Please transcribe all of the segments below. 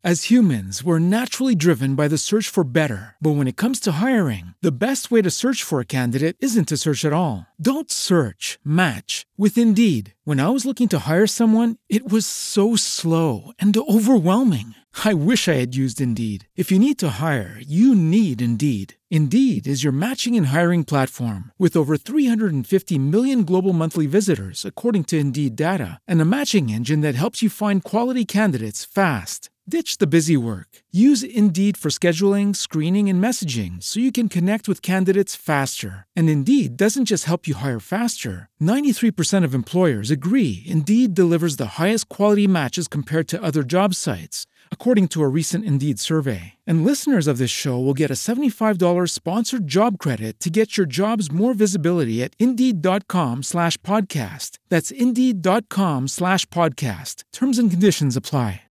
As humans, we're naturally driven by the search for better. But when it comes to hiring, the best way to search for a candidate isn't to search at all. Don't search, match with Indeed. When I was looking to hire someone, it was so slow and overwhelming. I wish I had used Indeed. If you need to hire, you need Indeed. Indeed is your matching and hiring platform with over 350 million global monthly visitors, according to Indeed data, and a matching engine that helps you find quality candidates fast. Ditch the busy work. Use Indeed for scheduling, screening, and messaging so you can connect with candidates faster. And Indeed doesn't just help you hire faster. 93% of employers agree Indeed delivers the highest quality matches compared to other job sites, according to a recent Indeed survey. And listeners of this show will get a $75 sponsored job credit to get your jobs more visibility at Indeed.com/podcast. That's Indeed.com/podcast. Terms and conditions apply.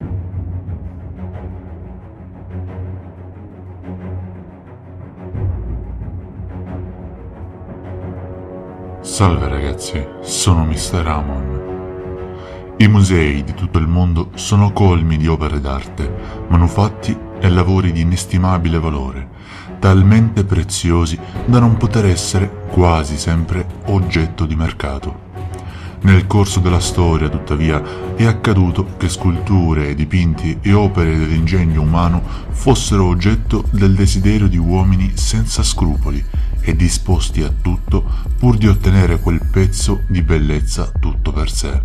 Salve ragazzi, sono Mr. Ramon. I musei di tutto il mondo sono colmi di opere d'arte, manufatti e lavori di inestimabile valore, talmente preziosi da non poter essere quasi sempre oggetto di mercato. Nel corso della storia, tuttavia, è accaduto che sculture, dipinti e opere dell'ingegno umano fossero oggetto del desiderio di uomini senza scrupoli e disposti a tutto pur di ottenere quel pezzo di bellezza tutto per sé.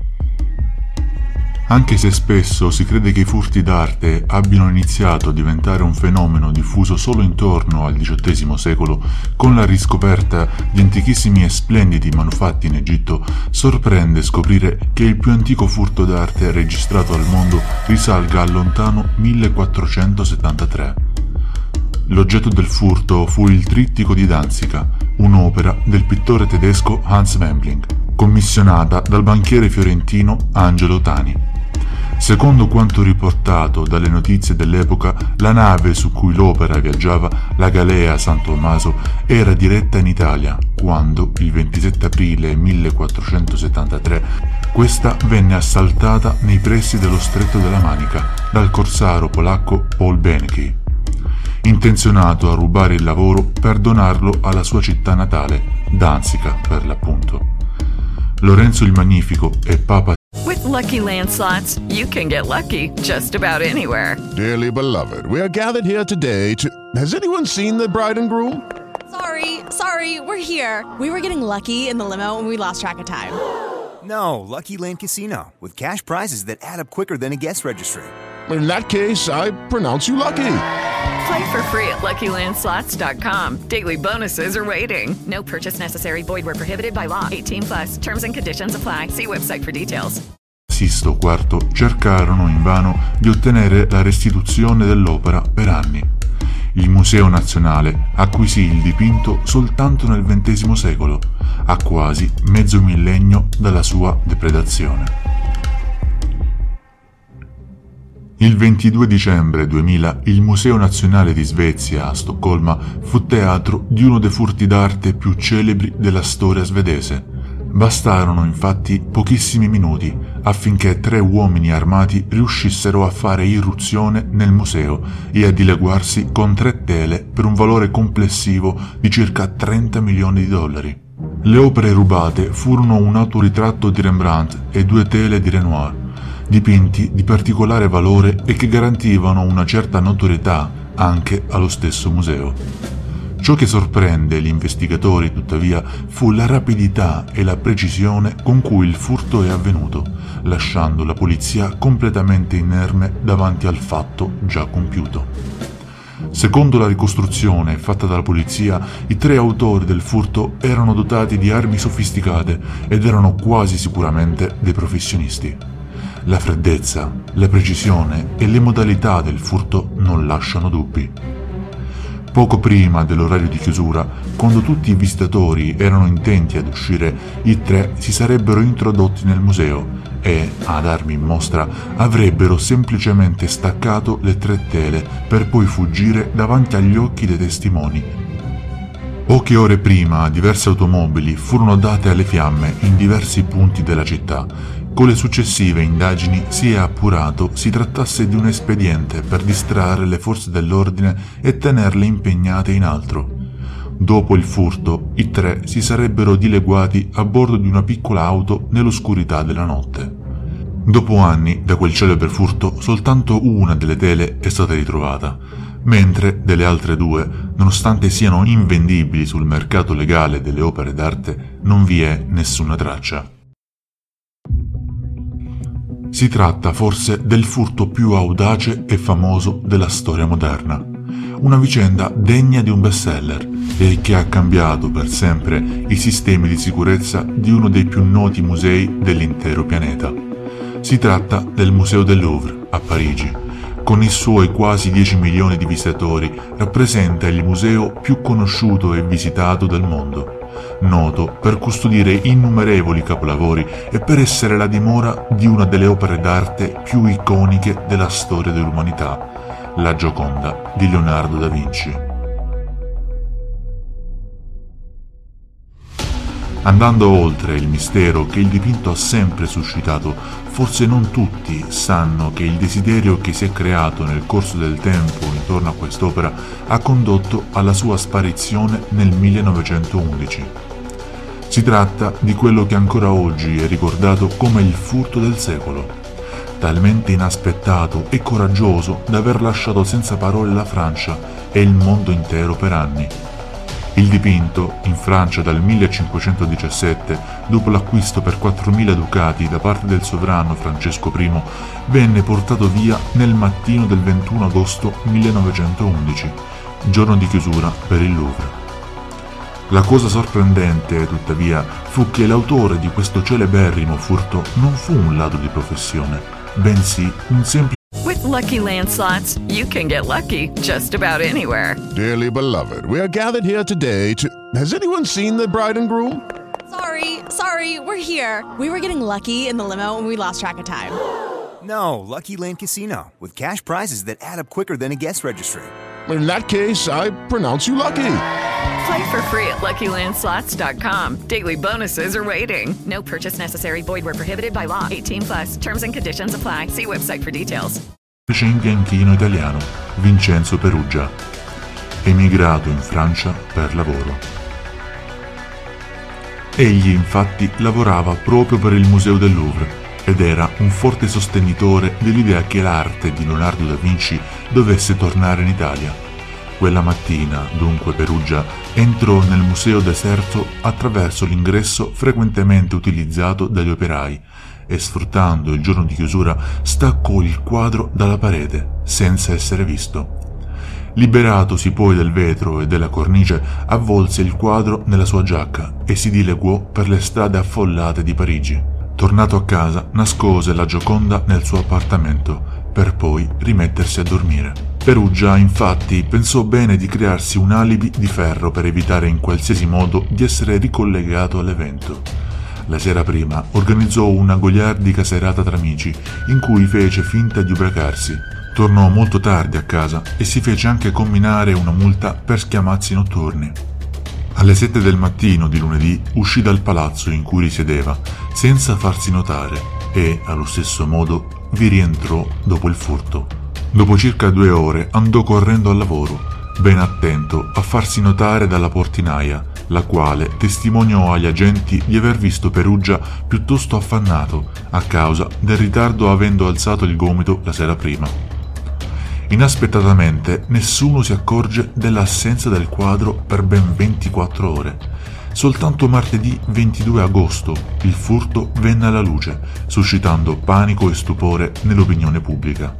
Anche se spesso si crede che i furti d'arte abbiano iniziato a diventare un fenomeno diffuso solo intorno al XVIII secolo, con la riscoperta di antichissimi e splendidi manufatti in Egitto, sorprende scoprire che il più antico furto d'arte registrato al mondo risalga al lontano 1473. L'oggetto del furto fu il Trittico di Danzica, un'opera del pittore tedesco Hans Memling, commissionata dal banchiere fiorentino Angelo Tani. Secondo quanto riportato dalle notizie dell'epoca, la nave su cui l'opera viaggiava, la Galea San Tommaso, era diretta in Italia, quando, il 27 aprile 1473, questa venne assaltata nei pressi dello Stretto della Manica dal corsaro polacco Paul Benecke, intenzionato a rubare il lavoro per donarlo alla sua città natale, Danzica per l'appunto. Lorenzo il Magnifico e Papa. With Lucky Land Slots, you can get lucky just about anywhere. Dearly beloved, we are gathered here today to... Has anyone seen the bride and groom? Sorry, we're here. We were getting lucky in the limo and we lost track of time. No, Lucky Land Casino, with cash prizes that add up quicker than a guest registry. In that case, I pronounce you lucky. Play for free at LuckyLandSlots.com. Daily bonuses are waiting. No purchase necessary. Void where prohibited by law. 18+. Terms and conditions apply. See website for details. Sisto IV cercarono invano di ottenere la restituzione dell'opera per anni. Il Museo Nazionale acquisì il dipinto soltanto nel XX secolo, a quasi mezzo millennio dalla sua depredazione. Il 22 dicembre 2000 il Museo Nazionale di Svezia a Stoccolma fu teatro di uno dei furti d'arte più celebri della storia svedese. Bastarono infatti pochissimi minuti affinché 3 uomini armati riuscissero a fare irruzione nel museo e a dileguarsi con 3 tele per un valore complessivo di circa 30 milioni di dollari. Le opere rubate furono un autoritratto di Rembrandt e 2 tele di Renoir, dipinti di particolare valore e che garantivano una certa notorietà anche allo stesso museo. Ciò che sorprende gli investigatori, tuttavia, fu la rapidità e la precisione con cui il furto è avvenuto, lasciando la polizia completamente inerme davanti al fatto già compiuto. Secondo la ricostruzione fatta dalla polizia, i 3 autori del furto erano dotati di armi sofisticate ed erano quasi sicuramente dei professionisti. La freddezza, la precisione e le modalità del furto non lasciano dubbi. Poco prima dell'orario di chiusura, quando tutti i visitatori erano intenti ad uscire, i 3 si sarebbero introdotti nel museo e, ad armi in mostra, avrebbero semplicemente staccato le 3 tele per poi fuggire davanti agli occhi dei testimoni. Poche ore prima diverse automobili furono date alle fiamme in diversi punti della città Con le successive indagini si è appurato si trattasse di un espediente per distrarre le forze dell'ordine e tenerle impegnate in altro. Dopo il furto, i tre si sarebbero dileguati a bordo di una piccola auto nell'oscurità della notte. Dopo anni da quel celebre furto, soltanto una delle tele è stata ritrovata, mentre delle altre due, nonostante siano invendibili sul mercato legale delle opere d'arte, non vi è nessuna traccia. Si tratta forse del furto più audace e famoso della storia moderna. Una vicenda degna di un bestseller e che ha cambiato per sempre i sistemi di sicurezza di uno dei più noti musei dell'intero pianeta. Si tratta del Museo del Louvre a Parigi. Con i suoi quasi 10 milioni di visitatori rappresenta il museo più conosciuto e visitato del mondo, noto per custodire innumerevoli capolavori e per essere la dimora di una delle opere d'arte più iconiche della storia dell'umanità, la Gioconda di Leonardo da Vinci. Andando oltre il mistero che il dipinto ha sempre suscitato, forse non tutti sanno che il desiderio che si è creato nel corso del tempo intorno a quest'opera ha condotto alla sua sparizione nel 1911. Si tratta di quello che ancora oggi è ricordato come il furto del secolo, talmente inaspettato e coraggioso da aver lasciato senza parole la Francia e il mondo intero per anni. Il dipinto, in Francia dal 1517, dopo l'acquisto per 4.000 ducati da parte del sovrano Francesco I, venne portato via nel mattino del 21 agosto 1911, giorno di chiusura per il Louvre. La cosa sorprendente, tuttavia, fu che l'autore di questo celeberrimo furto non fu un ladro di professione, bensì un semplice. With Lucky Land Slots, you can get lucky just about anywhere. Dearly beloved, we are gathered here today to... Has anyone seen the bride and groom? Sorry, we're here. We were getting lucky in the limo and we lost track of time. No, Lucky Land Casino, with cash prizes that add up quicker than a guest registry. In that case, I pronounce you lucky. Play for free at LuckyLandSlots.com. Daily bonuses are waiting. No purchase necessary. Void where prohibited by law. 18+. Terms and conditions apply. See website for details. In bianchino italiano, Vincenzo Peruggia, emigrato in Francia per lavoro. Egli infatti lavorava proprio per il Museo del Louvre ed era un forte sostenitore dell'idea che l'arte di Leonardo da Vinci dovesse tornare in Italia. Quella mattina, dunque, Peruggia entrò nel museo deserto attraverso l'ingresso frequentemente utilizzato dagli operai e, sfruttando il giorno di chiusura, staccò il quadro dalla parete, senza essere visto. Liberatosi poi del vetro e della cornice, avvolse il quadro nella sua giacca e si dileguò per le strade affollate di Parigi. Tornato a casa, nascose la Gioconda nel suo appartamento, per poi rimettersi a dormire. Peruggia, infatti, pensò bene di crearsi un alibi di ferro per evitare in qualsiasi modo di essere ricollegato all'evento. La sera prima organizzò una goliardica serata tra amici, in cui fece finta di ubriacarsi. Tornò molto tardi a casa e si fece anche comminare una multa per schiamazzi notturni. Alle 7 del mattino di lunedì uscì dal palazzo in cui risiedeva, senza farsi notare, e, allo stesso modo, vi rientrò dopo il furto. Dopo circa 2 ore andò correndo al lavoro, ben attento a farsi notare dalla portinaia, la quale testimoniò agli agenti di aver visto Peruggia piuttosto affannato a causa del ritardo avendo alzato il gomito la sera prima. Inaspettatamente nessuno si accorge dell'assenza del quadro per ben 24 ore. Soltanto martedì 22 agosto il furto venne alla luce, suscitando panico e stupore nell'opinione pubblica.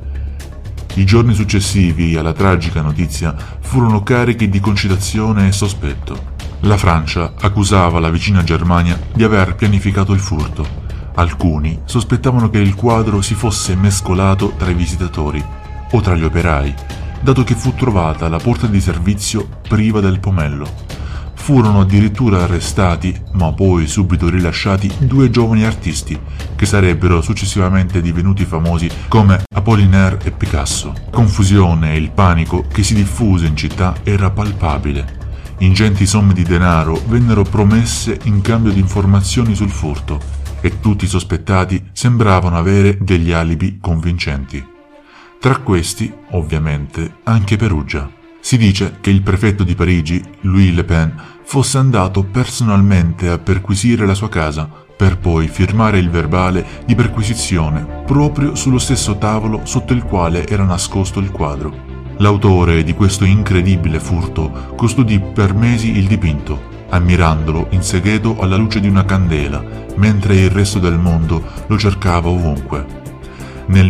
I giorni successivi alla tragica notizia furono carichi di concitazione e sospetto. La Francia accusava la vicina Germania di aver pianificato il furto. Alcuni sospettavano che il quadro si fosse mescolato tra i visitatori o tra gli operai, dato che fu trovata la porta di servizio priva del pomello. Furono addirittura arrestati, ma poi subito rilasciati, 2 giovani artisti, che sarebbero successivamente divenuti famosi come Apollinaire e Picasso. La confusione e il panico che si diffuse in città era palpabile. Ingenti somme di denaro vennero promesse in cambio di informazioni sul furto, e tutti i sospettati sembravano avere degli alibi convincenti. Tra questi, ovviamente, anche Perugia. Si dice che il prefetto di Parigi, Louis Le Pen, fosse andato personalmente a perquisire la sua casa per poi firmare il verbale di perquisizione proprio sullo stesso tavolo sotto il quale era nascosto il quadro. L'autore di questo incredibile furto custodì per mesi il dipinto, ammirandolo in segreto alla luce di una candela, mentre il resto del mondo lo cercava ovunque. Nel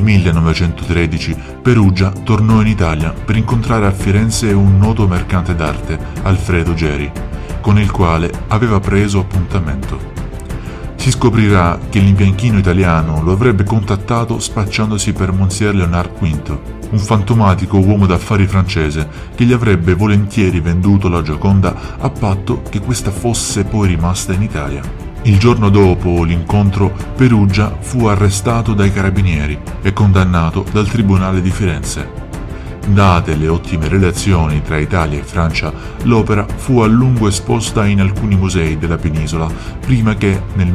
1913 Perugia tornò in Italia per incontrare a Firenze un noto mercante d'arte, Alfredo Geri, con il quale aveva preso appuntamento. Si scoprirà che l'imbianchino italiano lo avrebbe contattato spacciandosi per Monsieur Léonard V, un fantomatico uomo d'affari francese che gli avrebbe volentieri venduto la Gioconda a patto che questa fosse poi rimasta in Italia. Il giorno dopo l'incontro, Perugia fu arrestato dai carabinieri e condannato dal Tribunale di Firenze. Date le ottime relazioni tra Italia e Francia, l'opera fu a lungo esposta in alcuni musei della penisola prima che nel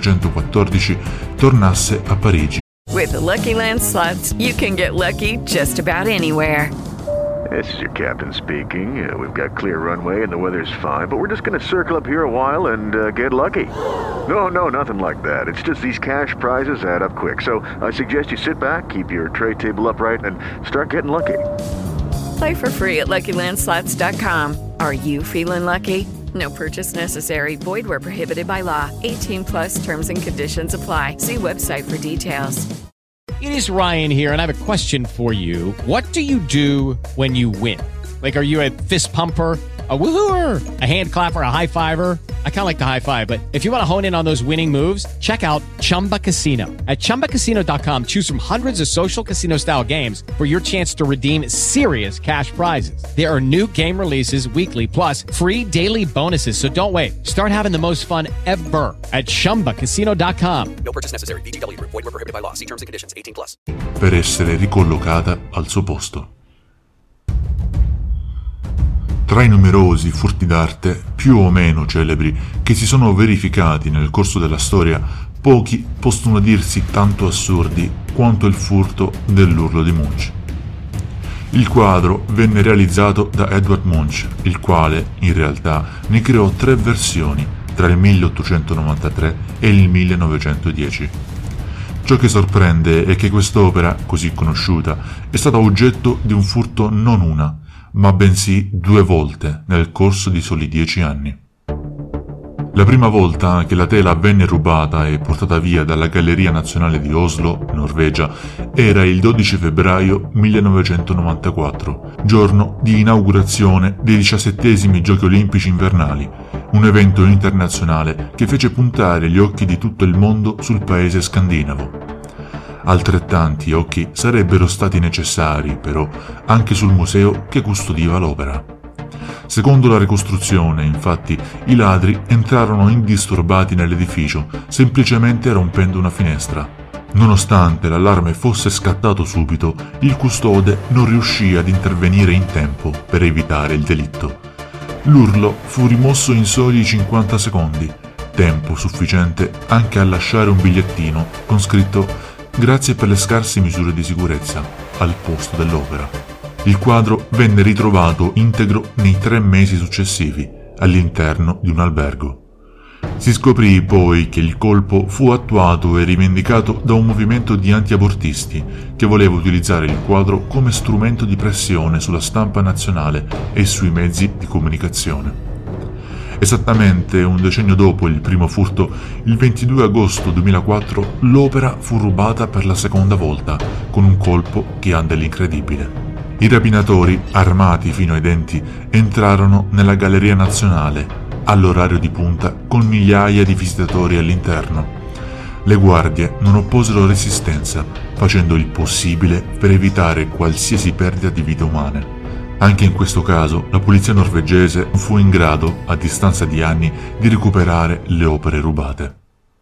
1914 tornasse a Parigi. With the Lucky Land Slots, you can get lucky just about anywhere. This is your captain speaking. We've got clear runway and the weather's fine, but we're just going to circle up here a while and get lucky. No, nothing like that. It's just these cash prizes add up quick. So I suggest you sit back, keep your tray table upright, and start getting lucky. Play for free at LuckyLandSlots.com. Are you feeling lucky? No purchase necessary. Void where prohibited by law. 18+ terms and conditions apply. See website for details. It is Ryan here, and I have a question for you. What do you do when you win? Like, are you a fist pumper, a woohooer, a hand clapper, a high fiver? I kind of like the high five, but if you want to hone in on those winning moves, check out Chumba Casino. At ChumbaCasino.com, choose from hundreds of social casino-style games for your chance to redeem serious cash prizes. There are new game releases weekly, plus free daily bonuses, so don't wait. Start having the most fun ever at ChumbaCasino.com. No purchase necessary. VGW. Void where prohibited by law. See terms and conditions. 18+. Per essere ricollocata al suo posto. Tra i numerosi furti d'arte, più o meno celebri, che si sono verificati nel corso della storia, pochi possono dirsi tanto assurdi quanto il furto dell'Urlo di Munch. Il quadro venne realizzato da Edvard Munch, il quale, in realtà, ne creò 3 versioni tra il 1893 e il 1910. Ciò che sorprende è che quest'opera, così conosciuta, è stata oggetto di un furto non una, ma bensì 2 volte nel corso di soli 10 anni. La prima volta che la tela venne rubata e portata via dalla Galleria Nazionale di Oslo, Norvegia, era il 12 febbraio 1994, giorno di inaugurazione dei 17esimi Giochi Olimpici Invernali, un evento internazionale che fece puntare gli occhi di tutto il mondo sul paese scandinavo. Altrettanti occhi sarebbero stati necessari, però, anche sul museo che custodiva l'opera. Secondo la ricostruzione, infatti, i ladri entrarono indisturbati nell'edificio, semplicemente rompendo una finestra. Nonostante l'allarme fosse scattato subito, il custode non riuscì ad intervenire in tempo per evitare il delitto. L'urlo fu rimosso in soli 50 secondi, tempo sufficiente anche a lasciare un bigliettino con scritto «Grazie per le scarse misure di sicurezza» al posto dell'opera. Il quadro venne ritrovato integro nei 3 mesi successivi, all'interno di un albergo. Si scoprì poi che il colpo fu attuato e rivendicato da un movimento di antiabortisti che voleva utilizzare il quadro come strumento di pressione sulla stampa nazionale e sui mezzi di comunicazione. Esattamente un decennio dopo il primo furto, il 22 agosto 2004, l'opera fu rubata per la seconda volta, con un colpo che ha dell'incredibile. I rapinatori, armati fino ai denti, entrarono nella Galleria Nazionale, all'orario di punta, con migliaia di visitatori all'interno. Le guardie non opposero resistenza, facendo il possibile per evitare qualsiasi perdita di vite umane. Anche in questo caso, la polizia norvegese fu in grado, a distanza di anni, di recuperare le opere rubate.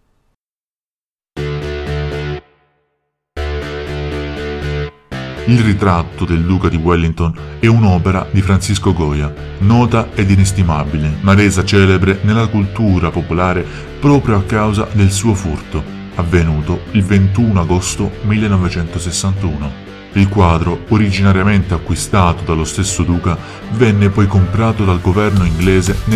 Il ritratto del duca di Wellington è un'opera di Francisco Goya, nota ed inestimabile, ma resa celebre nella cultura popolare proprio a causa del suo furto, avvenuto il 21 agosto 1961. Il quadro, originariamente acquistato dallo stesso duca, venne poi comprato dal governo inglese nel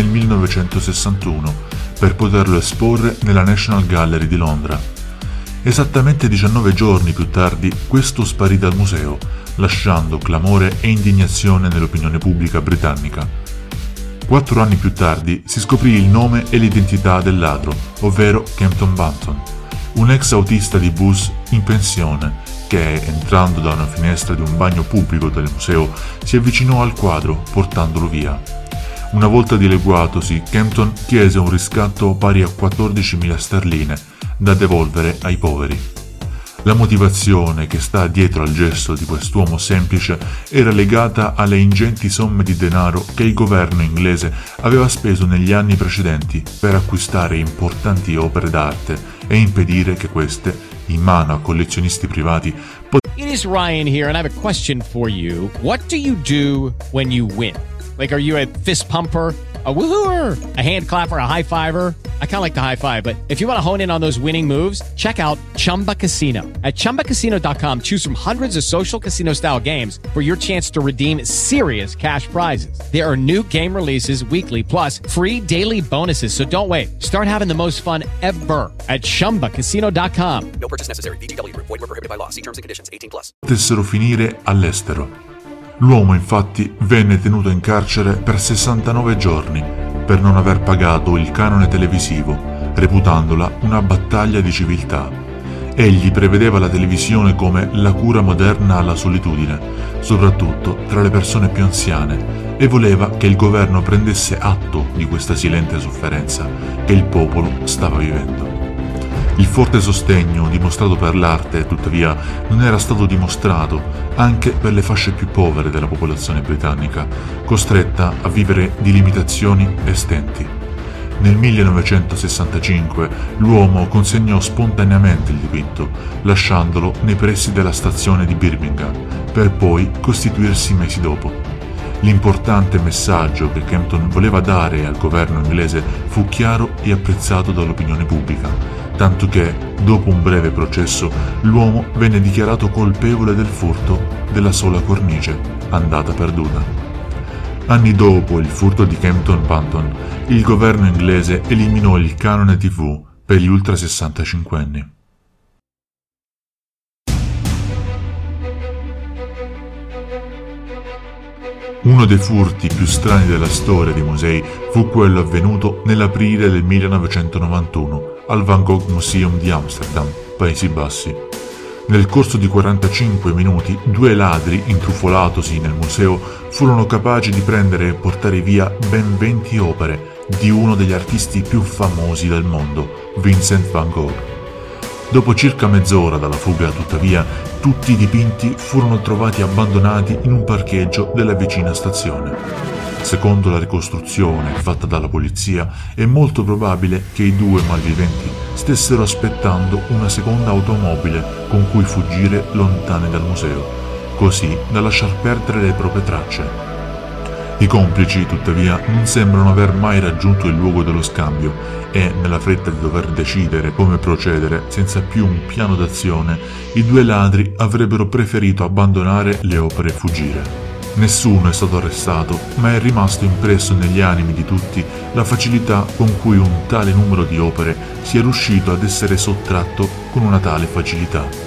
1961 per poterlo esporre nella National Gallery di Londra. Esattamente 19 giorni più tardi questo sparì dal museo, lasciando clamore e indignazione nell'opinione pubblica britannica. 4 anni più tardi si scoprì il nome e l'identità del ladro, ovvero Kempton Banton, un ex autista di bus in pensione che, entrando da una finestra di un bagno pubblico del museo, si avvicinò al quadro portandolo via. Una volta dileguatosi, Kempton chiese un riscatto pari a 14.000 sterline da devolvere ai poveri. La motivazione che sta dietro al gesto di quest'uomo semplice era legata alle ingenti somme di denaro che il governo inglese aveva speso negli anni precedenti per acquistare importanti opere d'arte e impedire che queste, in mano a collezionisti privati, It is Ryan here, and I have a question for you. What do you do when you win? Like, are you a fist pumper, a woohooer, a hand clapper, a high fiver? I kind of like the high five, but if you want to hone in on those winning moves, check out Chumba Casino. At ChumbaCasino.com, choose from hundreds of social casino-style games for your chance to redeem serious cash prizes. There are new game releases weekly, plus free daily bonuses, so don't wait. Start having the most fun ever at ChumbaCasino.com. No purchase necessary. VGW Group. Void where prohibited by law. See terms and conditions. 18+. potessero finire all'estero. L'uomo infatti venne tenuto in carcere per 69 giorni per non aver pagato il canone televisivo, reputandola una battaglia di civiltà. Egli prevedeva la televisione come la cura moderna alla solitudine, soprattutto tra le persone più anziane, e voleva che il governo prendesse atto di questa silente sofferenza che il popolo stava vivendo. Il forte sostegno dimostrato per l'arte, tuttavia, non era stato dimostrato anche per le fasce più povere della popolazione britannica, costretta a vivere di limitazioni e stenti. Nel 1965 l'uomo consegnò spontaneamente il dipinto, lasciandolo nei pressi della stazione di Birmingham, per poi costituirsi mesi dopo. L'importante messaggio che Kempton voleva dare al governo inglese fu chiaro e apprezzato dall'opinione pubblica, tanto che, dopo un breve processo, l'uomo venne dichiarato colpevole del furto della sola cornice, andata perduta. Anni dopo il furto di Kempton Banton, il governo inglese eliminò il canone TV per gli ultra 65enni. Uno dei furti più strani della storia dei musei fu quello avvenuto nell'aprile del 1991 al Van Gogh Museum di Amsterdam, Paesi Bassi. Nel corso di 45 minuti, 2 ladri, intrufolatosi nel museo, furono capaci di prendere e portare via ben 20 opere di uno degli artisti più famosi del mondo, Vincent van Gogh. Dopo circa mezz'ora dalla fuga, tuttavia, tutti i dipinti furono trovati abbandonati in un parcheggio della vicina stazione. Secondo la ricostruzione fatta dalla polizia, è molto probabile che i 2 malviventi stessero aspettando una seconda automobile con cui fuggire lontani dal museo, così da lasciar perdere le proprie tracce. I complici, tuttavia, non sembrano aver mai raggiunto il luogo dello scambio e, nella fretta di dover decidere come procedere senza più un piano d'azione, i 2 ladri avrebbero preferito abbandonare le opere e fuggire. Nessuno è stato arrestato, ma è rimasto impresso negli animi di tutti la facilità con cui un tale numero di opere sia riuscito ad essere sottratto con una tale facilità.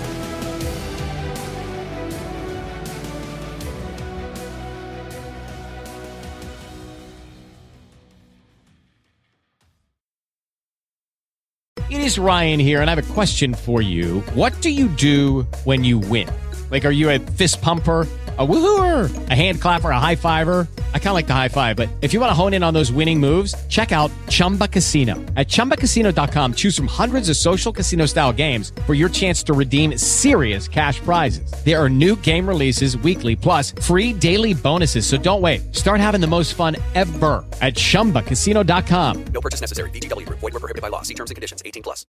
It is Ryan here, and I have a question for you. What do you do when you win? Like, are you a fist pumper, a woohooer, a hand clapper, a high fiver? I kind of like the high five, but if you want to hone in on those winning moves, check out Chumba Casino. At ChumbaCasino.com, choose from hundreds of social casino-style games for your chance to redeem serious cash prizes. There are new game releases weekly, plus free daily bonuses, so don't wait. Start having the most fun ever at ChumbaCasino.com. No purchase necessary. VGW Group. Void where prohibited by law. See terms and conditions. 18+.